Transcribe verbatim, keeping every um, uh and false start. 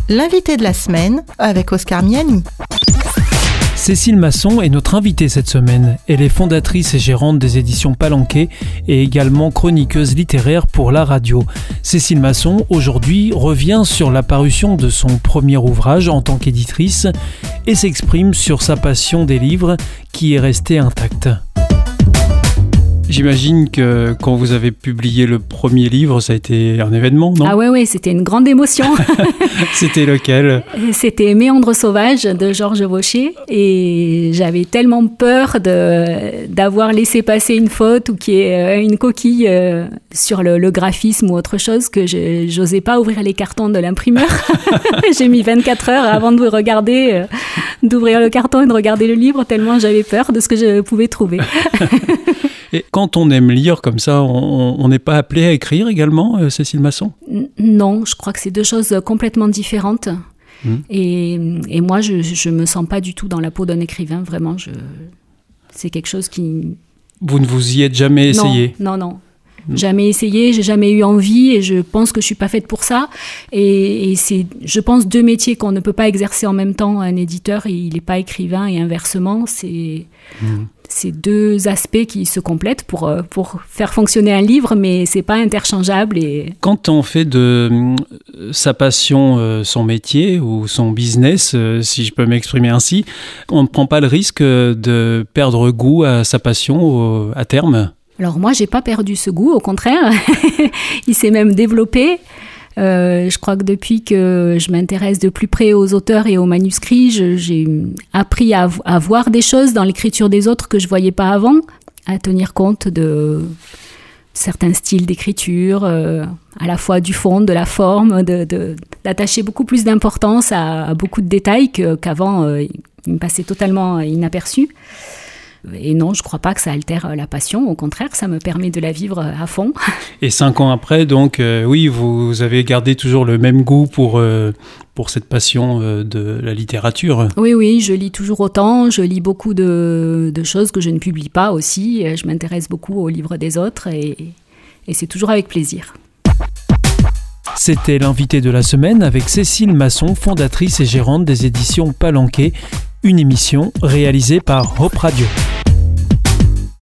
L'invité de la semaine avec Oscar Miani. Cécile Masson est notre invitée cette semaine. Elle est fondatrice et gérante des éditions Palanquet et également chroniqueuse littéraire pour la radio. Cécile Masson, aujourd'hui, revient sur la parution de son premier ouvrage en tant qu'éditrice et s'exprime sur sa passion des livres qui est restée intacte. J'imagine que quand vous avez publié le premier livre, ça a été un événement, non ? Ah ouais, ouais, c'était une grande émotion. C'était lequel ? C'était Méandres sauvages de Georges Vaucher. Et j'avais tellement peur de, d'avoir laissé passer une faute ou qu'il y ait une coquille sur le, le graphisme ou autre chose que je, j'osais pas ouvrir les cartons de l'imprimeur. J'ai mis vingt-quatre heures avant de regarder, d'ouvrir le carton et de regarder le livre tellement j'avais peur de ce que je pouvais trouver. Et quand on aime lire comme ça, on n'est pas appelé à écrire également, euh, Cécile Masson ? Non, je crois que c'est deux choses complètement différentes. Mmh. Et, et moi, je ne me sens pas du tout dans la peau d'un écrivain, vraiment. Je, c'est quelque chose qui... Vous ne vous y êtes jamais essayé ? Non, non, non. Jamais essayé, j'ai jamais eu envie et je pense que je suis pas faite pour ça. Et, et c'est, je pense, deux métiers qu'on ne peut pas exercer en même temps. Un éditeur, il n'est pas écrivain et inversement. C'est, mmh. c'est deux aspects qui se complètent pour, pour faire fonctionner un livre, mais c'est pas interchangeable. Et... Quand on fait de euh, sa passion euh, son métier ou son business, euh, si je peux m'exprimer ainsi, on ne prend pas le risque de perdre goût à sa passion au, à terme ? Alors moi, j'ai pas perdu ce goût, au contraire. Il s'est même développé. Euh, je crois que depuis que je m'intéresse de plus près aux auteurs et aux manuscrits, je, j'ai appris à, à voir des choses dans l'écriture des autres que je voyais pas avant, à tenir compte de certains styles d'écriture, euh, à la fois du fond, de la forme, de, de, d'attacher beaucoup plus d'importance à, à beaucoup de détails que, qu'avant, euh, ils me passaient totalement inaperçus. Et non, je ne crois pas que ça altère la passion. Au contraire, ça me permet de la vivre à fond. Et cinq ans après, donc, euh, oui, vous avez gardé toujours le même goût pour, euh, pour cette passion euh, de la littérature. Oui, oui, je lis toujours autant. Je lis beaucoup de, de choses que je ne publie pas aussi. Je m'intéresse beaucoup aux livres des autres et, et c'est toujours avec plaisir. C'était l'invité de la semaine avec Cécile Masson, fondatrice et gérante des éditions Palanquet, une émission réalisée par Hope Radio.